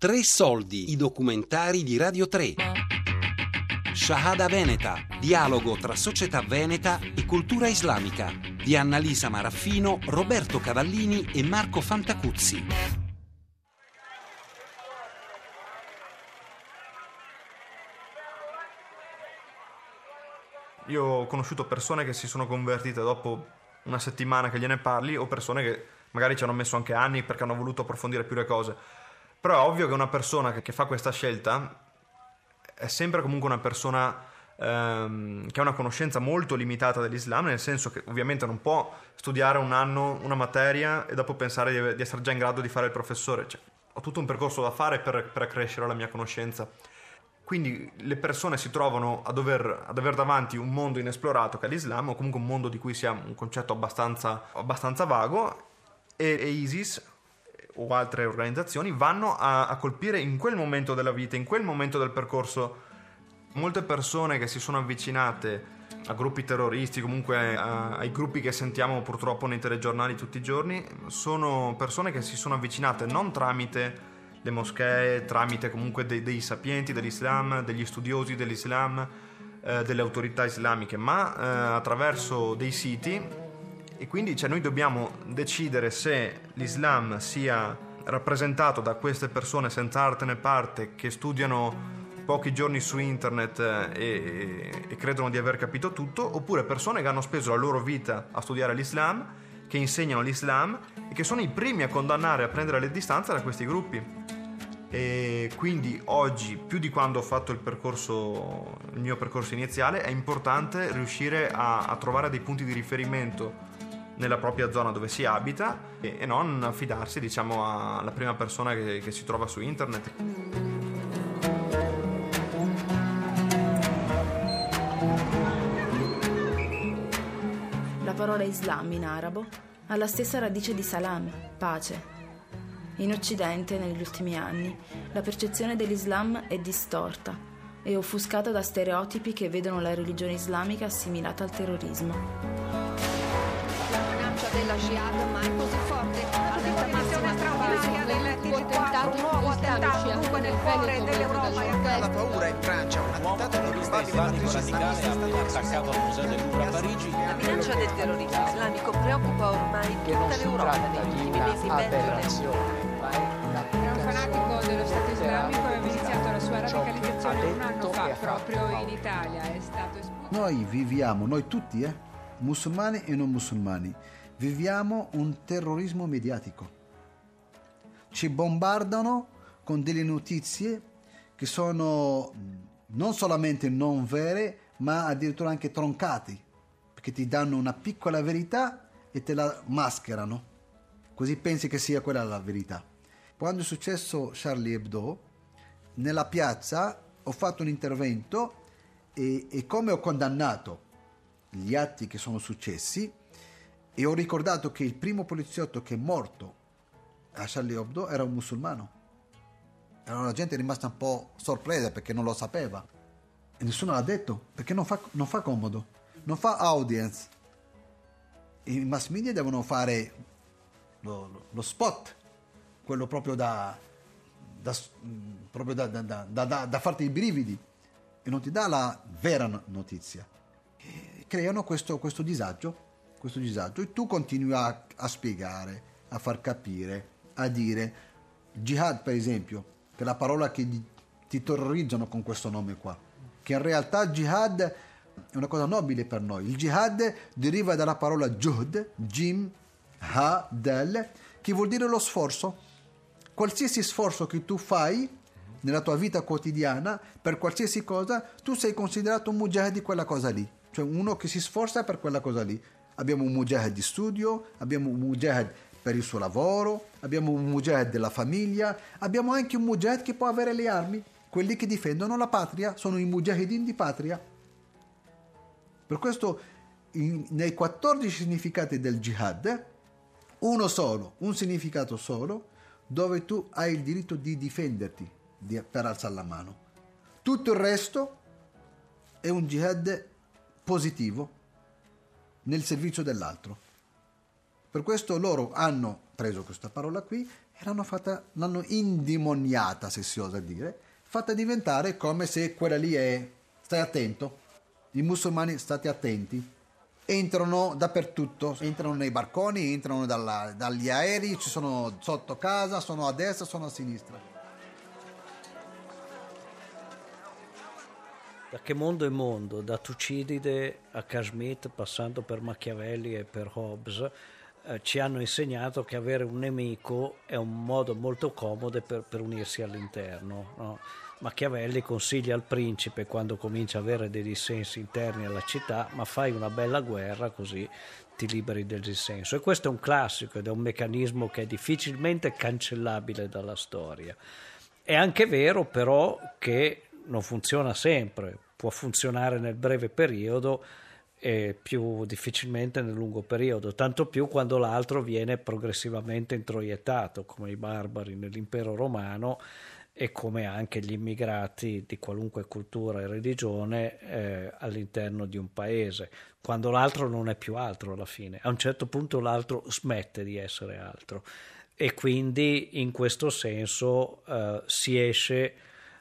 Tre soldi, i documentari di Radio 3. Shahada Veneta, dialogo tra società veneta e cultura islamica, di Annalisa Maraffino, Roberto Cavallini e Marco Fantacuzzi. Io ho conosciuto persone che si sono convertite dopo una settimana che gliene parli, o persone che magari ci hanno messo anche anni perché hanno voluto approfondire più le cose. Però è ovvio che una persona che fa questa scelta è sempre comunque una persona che ha una conoscenza molto limitata dell'Islam, nel senso che ovviamente non può studiare un anno una materia e dopo pensare di essere già in grado di fare il professore. Cioè, ho tutto un percorso da fare per accrescere la mia conoscenza. Quindi le persone si trovano ad aver davanti un mondo inesplorato che è l'Islam, o comunque un mondo di cui sia un concetto abbastanza vago, e ISIS o altre organizzazioni vanno a colpire in quel momento della vita, in quel momento del percorso. Molte persone che si sono avvicinate a gruppi terroristi, comunque ai gruppi che sentiamo purtroppo nei telegiornali tutti i giorni, sono persone che si sono avvicinate non tramite le moschee, tramite comunque dei sapienti dell'Islam, degli studiosi dell'Islam, delle autorità islamiche, ma attraverso dei siti. E quindi noi dobbiamo decidere se l'Islam sia rappresentato da queste persone senza arte né parte, che studiano pochi giorni su internet e credono di aver capito tutto, oppure persone che hanno speso la loro vita a studiare l'Islam, che insegnano l'Islam e che sono i primi a condannare e a prendere le distanze da questi gruppi. E quindi oggi, più di quando ho fatto il mio percorso iniziale, è importante riuscire a trovare dei punti di riferimento nella propria zona dove si abita e non affidarsi, diciamo, alla prima persona che si trova su internet. La parola Islam in arabo ha la stessa radice di salam, pace. In Occidente, negli ultimi anni, la percezione dell'Islam è distorta e offuscata da stereotipi che vedono la religione islamica assimilata al terrorismo. La minaccia della jihad mai così forte. Alla massima straordinaria del TG4, nuovo attentato dunque nel cuore dell'Europa. La paura in Francia, un attentato probabile matrice radicale ha appena attaccato al museo del Louvre a Parigi. La minaccia del terrorismo islamico preoccupa ormai tutta l'Europa negli ultimi mesi in Belgio. Era un fanatico dello Stato islamico e aveva iniziato la sua radicalizzazione un anno fa, proprio in Italia. È stato espulso. Noi viviamo, noi tutti, musulmani e non musulmani, viviamo un terrorismo mediatico. Ci bombardano con delle notizie che sono non solamente non vere, ma addirittura anche troncate, perché ti danno una piccola verità e te la mascherano, così pensi che sia quella la verità. Quando è successo Charlie Hebdo, nella piazza ho fatto un intervento e come ho condannato gli atti che sono successi, e ho ricordato che il primo poliziotto che è morto a Charlie Hebdo era un musulmano. Allora la gente è rimasta un po' sorpresa perché non lo sapeva e nessuno l'ha detto, perché non fa comodo, non fa audience. I mass media devono fare lo spot, quello proprio da farti i brividi, e non ti dà la vera notizia. E creano questo disagio, e tu continui a spiegare, a far capire, a dire jihad, per esempio, che è la parola che ti terrorizzano con questo nome qua, che in realtà jihad è una cosa nobile per noi. Il jihad deriva dalla parola juhd, jim, ha, del, che vuol dire lo sforzo. Qualsiasi sforzo che tu fai nella tua vita quotidiana per qualsiasi cosa, tu sei considerato un mujahid di quella cosa lì, cioè uno che si sforza per quella cosa lì. Abbiamo un mujahid di studio, abbiamo un mujahid per il suo lavoro, abbiamo un mujahid della famiglia, abbiamo anche un mujahid che può avere le armi. Quelli che difendono la patria sono i mujahidin di patria. Per questo nei 14 significati del jihad, un significato solo, dove tu hai il diritto di difenderti per alzare la mano. Tutto il resto è un jihad positivo nel servizio dell'altro. Per questo loro hanno preso questa parola qui e l'hanno indemoniata, se si osa dire, fatta diventare come se quella lì è, stai attento, i musulmani state attenti, entrano dappertutto, entrano nei barconi, entrano dagli aerei, ci sono sotto casa, sono a destra, sono a sinistra. Da che mondo è mondo, da Tucidide a Carl Schmitt, passando per Machiavelli e per Hobbes, ci hanno insegnato che avere un nemico è un modo molto comodo per unirsi all'interno, no? Machiavelli consiglia al principe, quando comincia a avere dei dissensi interni alla città, ma fai una bella guerra così ti liberi del dissenso. E questo è un classico ed è un meccanismo che è difficilmente cancellabile dalla storia. È anche vero però che non funziona sempre, può funzionare nel breve periodo e più difficilmente nel lungo periodo, tanto più quando l'altro viene progressivamente introiettato, come i barbari nell'impero romano e come anche gli immigrati di qualunque cultura e religione all'interno di un paese, quando l'altro non è più altro alla fine. A un certo punto l'altro smette di essere altro e quindi in questo senso si esce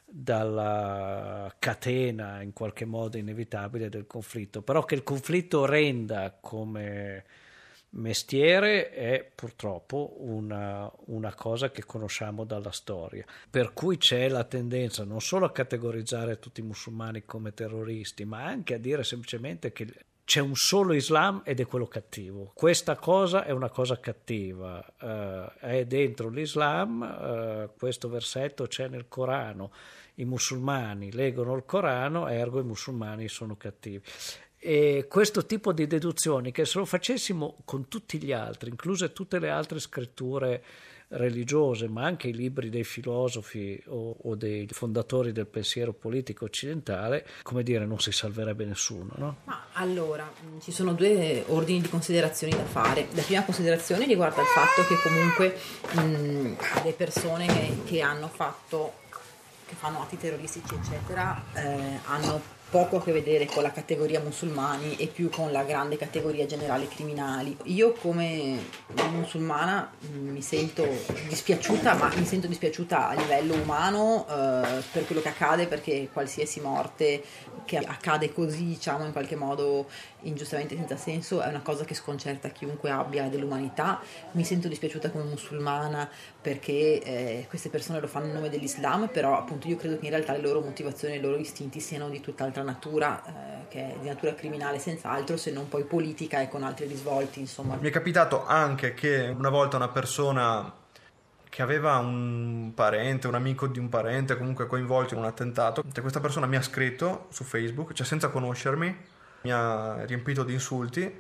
dalla catena in qualche modo inevitabile del conflitto, però che il conflitto renda come mestiere è purtroppo una cosa che conosciamo dalla storia, per cui c'è la tendenza non solo a categorizzare tutti i musulmani come terroristi, ma anche a dire semplicemente che c'è un solo Islam ed è quello cattivo. Questa cosa è una cosa cattiva, è dentro l'Islam, questo versetto c'è nel Corano, i musulmani leggono il Corano, ergo i musulmani sono cattivi. E questo tipo di deduzioni, che se lo facessimo con tutti gli altri, incluse tutte le altre scritture religiose, ma anche i libri dei filosofi o dei fondatori del pensiero politico occidentale, come dire, non si salverebbe nessuno, no? Ma allora, ci sono due ordini di considerazioni da fare. La prima considerazione riguarda il fatto che comunque le persone che hanno fatto, che fanno atti terroristici eccetera, hanno poco a che vedere con la categoria musulmani e più con la grande categoria generale criminali. Io come musulmana mi sento dispiaciuta, ma mi sento dispiaciuta a livello umano per quello che accade, perché qualsiasi morte che accade così, diciamo, in qualche modo ingiustamente senza senso, è una cosa che sconcerta chiunque abbia dell'umanità. Mi sento dispiaciuta come musulmana perché queste persone lo fanno in nome dell'Islam, però appunto io credo che in realtà le loro motivazioni e i loro istinti siano di tutt'altra natura, che è di natura criminale senz'altro, se non poi politica e con altri risvolti, insomma. Mi è capitato anche che una volta una persona che aveva un parente, un amico di un parente comunque coinvolto in un attentato, questa persona mi ha scritto su Facebook, cioè senza conoscermi, mi ha riempito di insulti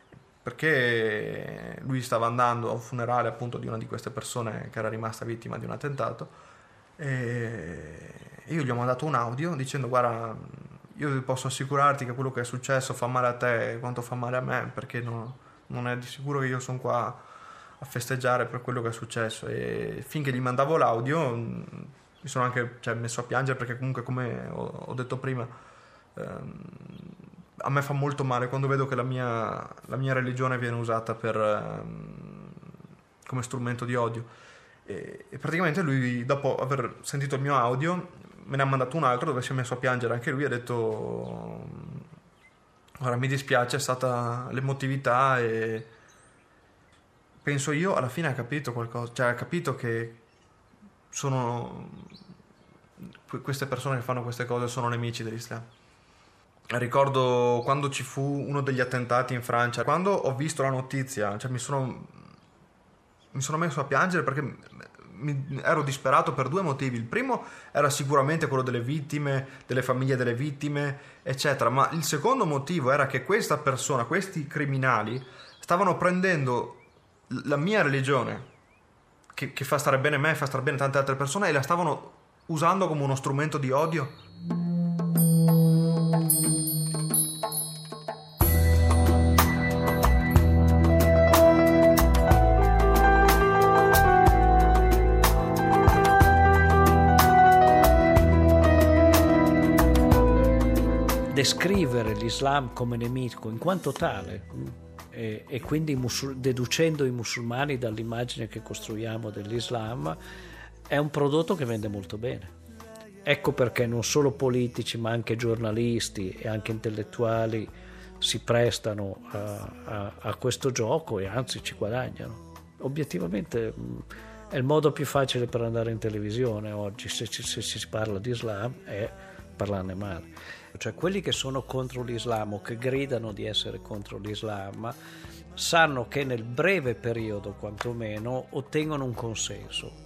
perché lui stava andando a un funerale appunto di una di queste persone che era rimasta vittima di un attentato e io gli ho mandato un audio dicendo: guarda, io posso assicurarti che quello che è successo fa male a te quanto fa male a me, perché non è di sicuro che io sono qua a festeggiare per quello che è successo. E finché gli mandavo l'audio mi sono anche messo a piangere, perché comunque, come ho detto prima, a me fa molto male quando vedo che la mia religione viene usata come strumento di odio. E praticamente lui, dopo aver sentito il mio audio, me ne ha mandato un altro dove si è messo a piangere anche lui, ha detto: guarda, mi dispiace, è stata l'emotività, e penso io alla fine ha capito qualcosa, cioè ha capito che sono queste persone che fanno queste cose sono nemici dell'Islam. Ricordo quando ci fu uno degli attentati in Francia, quando ho visto la notizia, cioè mi sono messo a piangere perché ero disperato per due motivi. Il primo era sicuramente quello delle vittime, delle famiglie delle vittime, eccetera, ma il secondo motivo era che questa persona, questi criminali, stavano prendendo la mia religione, che fa stare bene me, fa stare bene tante altre persone, e la stavano usando come uno strumento di odio. descrivere l'Islam come nemico in quanto tale, e quindi deducendo i musulmani dall'immagine che costruiamo dell'Islam, è un prodotto che vende molto bene. Ecco perché non solo politici ma anche giornalisti e anche intellettuali si prestano a questo gioco, e anzi ci guadagnano. Obiettivamente è il modo più facile per andare in televisione oggi, se si parla di Islam, è parlarne male. Cioè quelli che sono contro l'Islam o che gridano di essere contro l'Islam sanno che nel breve periodo quantomeno ottengono un consenso,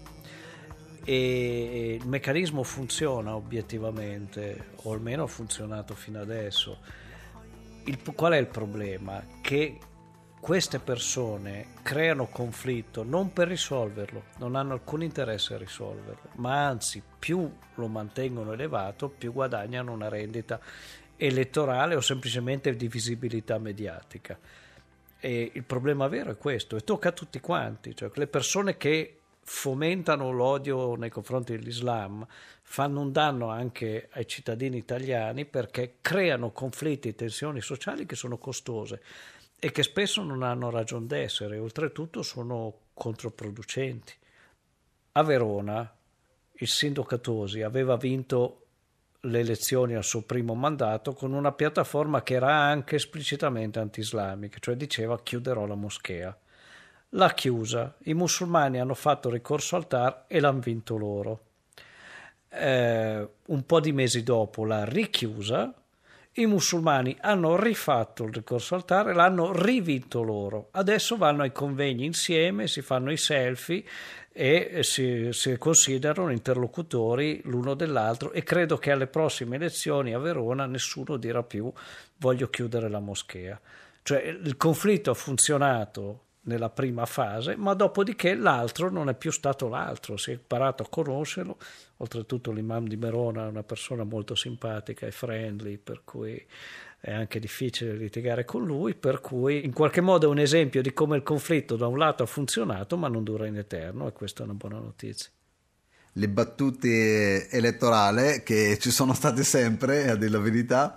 e il meccanismo funziona obiettivamente, o almeno ha funzionato fino adesso. Qual è il problema? Che queste persone creano conflitto non per risolverlo, non hanno alcun interesse a risolverlo, ma anzi più lo mantengono elevato, più guadagnano una rendita elettorale o semplicemente di visibilità mediatica. E il problema vero è questo, e tocca a tutti quanti, cioè le persone che fomentano l'odio nei confronti dell'Islam fanno un danno anche ai cittadini italiani, perché creano conflitti e tensioni sociali che sono costose e che spesso non hanno ragion d'essere, e oltretutto sono controproducenti. A Verona il sindaco Tosi aveva vinto le elezioni al suo primo mandato con una piattaforma che era anche esplicitamente anti-islamica, cioè diceva: chiuderò la moschea. L'ha chiusa, i musulmani hanno fatto ricorso al TAR e l'hanno vinto loro. Un po' di mesi dopo l'ha richiusa, i musulmani hanno rifatto il ricorso al TAR e l'hanno rivinto loro. Adesso vanno ai convegni insieme, si fanno i selfie e si considerano interlocutori l'uno dell'altro, e credo che alle prossime elezioni a Verona nessuno dirà più voglio chiudere la moschea. Cioè il conflitto ha funzionato nella prima fase, ma dopodiché l'altro non è più stato l'altro, si è imparato a conoscerlo. Oltretutto l'imam di Verona è una persona molto simpatica e friendly, per cui è anche difficile litigare con lui, per cui in qualche modo è un esempio di come il conflitto da un lato ha funzionato ma non dura in eterno, e questa è una buona notizia. Le battute elettorali che ci sono state sempre, a dire la verità,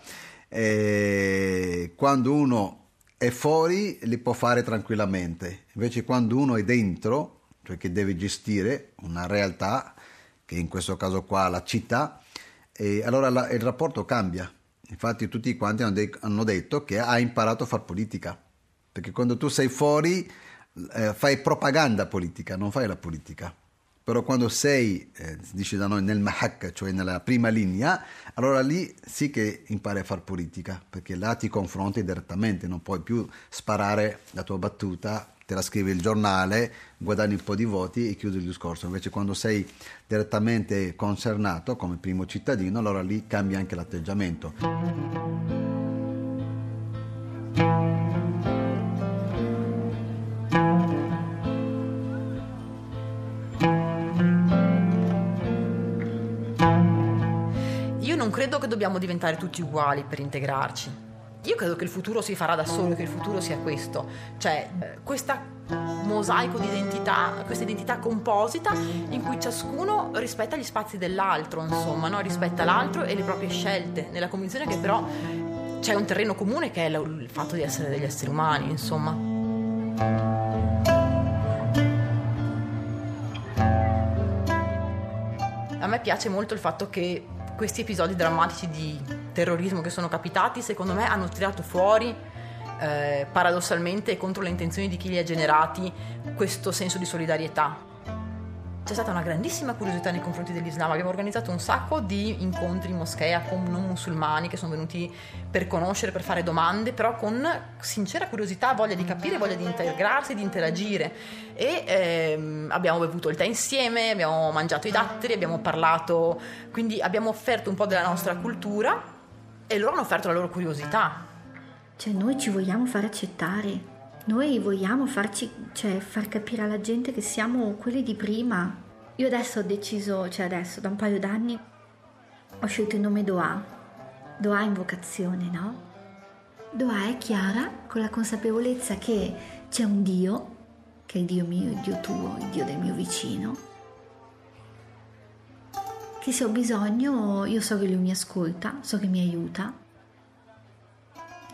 quando uno è fuori li può fare tranquillamente, invece quando uno è dentro, cioè che deve gestire una realtà, che in questo caso qua la città, allora il rapporto cambia. Infatti tutti quanti hanno detto che ha imparato a fare politica, perché quando tu sei fuori fai propaganda politica, non fai la politica. Però quando sei, si dice da noi, nel mahak, cioè nella prima linea, allora lì sì che impari a fare politica, perché là ti confronti direttamente, non puoi più sparare la tua battuta, te la scrive il giornale, guadagni un po' di voti e chiudi il discorso. Invece quando sei direttamente concernato come primo cittadino, allora lì cambia anche l'atteggiamento. Non credo che dobbiamo diventare tutti uguali per integrarci. Io credo che il futuro si farà da solo, che il futuro sia questo, cioè questo mosaico di identità, questa identità composita in cui ciascuno rispetta gli spazi dell'altro, insomma, no? Rispetta l'altro e le proprie scelte, nella convinzione che però c'è un terreno comune che è il fatto di essere degli esseri umani, insomma. A me piace molto il fatto che questi episodi drammatici di terrorismo che sono capitati, secondo me, hanno tirato fuori, paradossalmente e contro le intenzioni di chi li ha generati, questo senso di solidarietà. C'è stata una grandissima curiosità nei confronti dell'Islam. Abbiamo organizzato un sacco di incontri in moschea con non musulmani che sono venuti per conoscere, per fare domande, però con sincera curiosità, voglia di capire, voglia di integrarsi, di interagire. E abbiamo bevuto il tè insieme, abbiamo mangiato i datteri, abbiamo parlato, quindi abbiamo offerto un po' della nostra cultura e loro hanno offerto la loro curiosità. Cioè noi ci vogliamo far accettare. Noi vogliamo far capire alla gente che siamo quelli di prima. Io adesso ho deciso, da un paio d'anni, ho scelto il nome Doa. Doa è invocazione, no? Doa è chiara, con la consapevolezza che c'è un Dio, che è il Dio mio, il Dio tuo, il Dio del mio vicino, che se ho bisogno, io so che Lui mi ascolta, so che mi aiuta,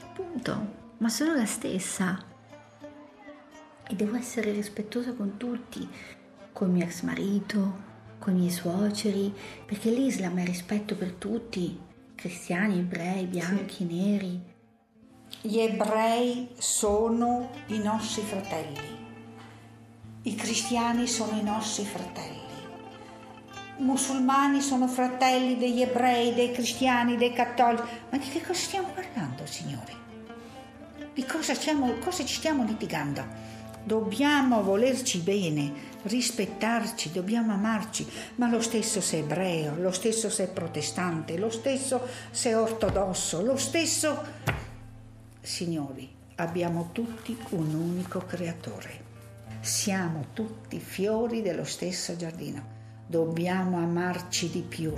punto, ma sono la stessa. E devo essere rispettosa con tutti, col mio ex marito, con i miei suoceri, perché l'Islam è rispetto per tutti, cristiani, ebrei, bianchi, neri. Gli ebrei sono i nostri fratelli, i cristiani sono i nostri fratelli, i musulmani sono fratelli degli ebrei, dei cristiani, dei cattolici. Ma di che cosa stiamo parlando, signori? Di cosa ci stiamo litigando? Dobbiamo volerci bene, rispettarci, dobbiamo amarci, ma lo stesso se è ebreo, lo stesso se è protestante, lo stesso se è ortodosso, lo stesso... Signori, abbiamo tutti un unico creatore. Siamo tutti fiori dello stesso giardino. Dobbiamo amarci di più.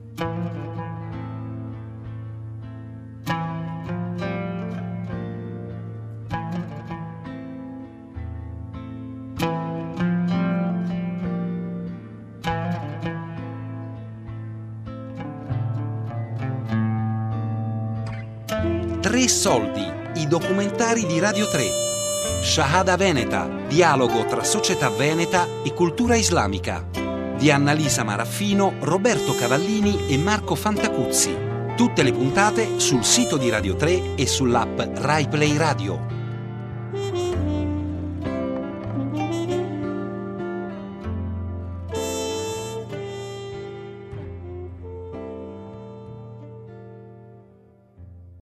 3 soldi, i documentari di Radio 3. Shahada Veneta, dialogo tra società veneta e cultura islamica. Di Annalisa Maraffino, Roberto Cavallini e Marco Fantacuzzi. Tutte le puntate sul sito di Radio 3 e sull'app Rai Play Radio.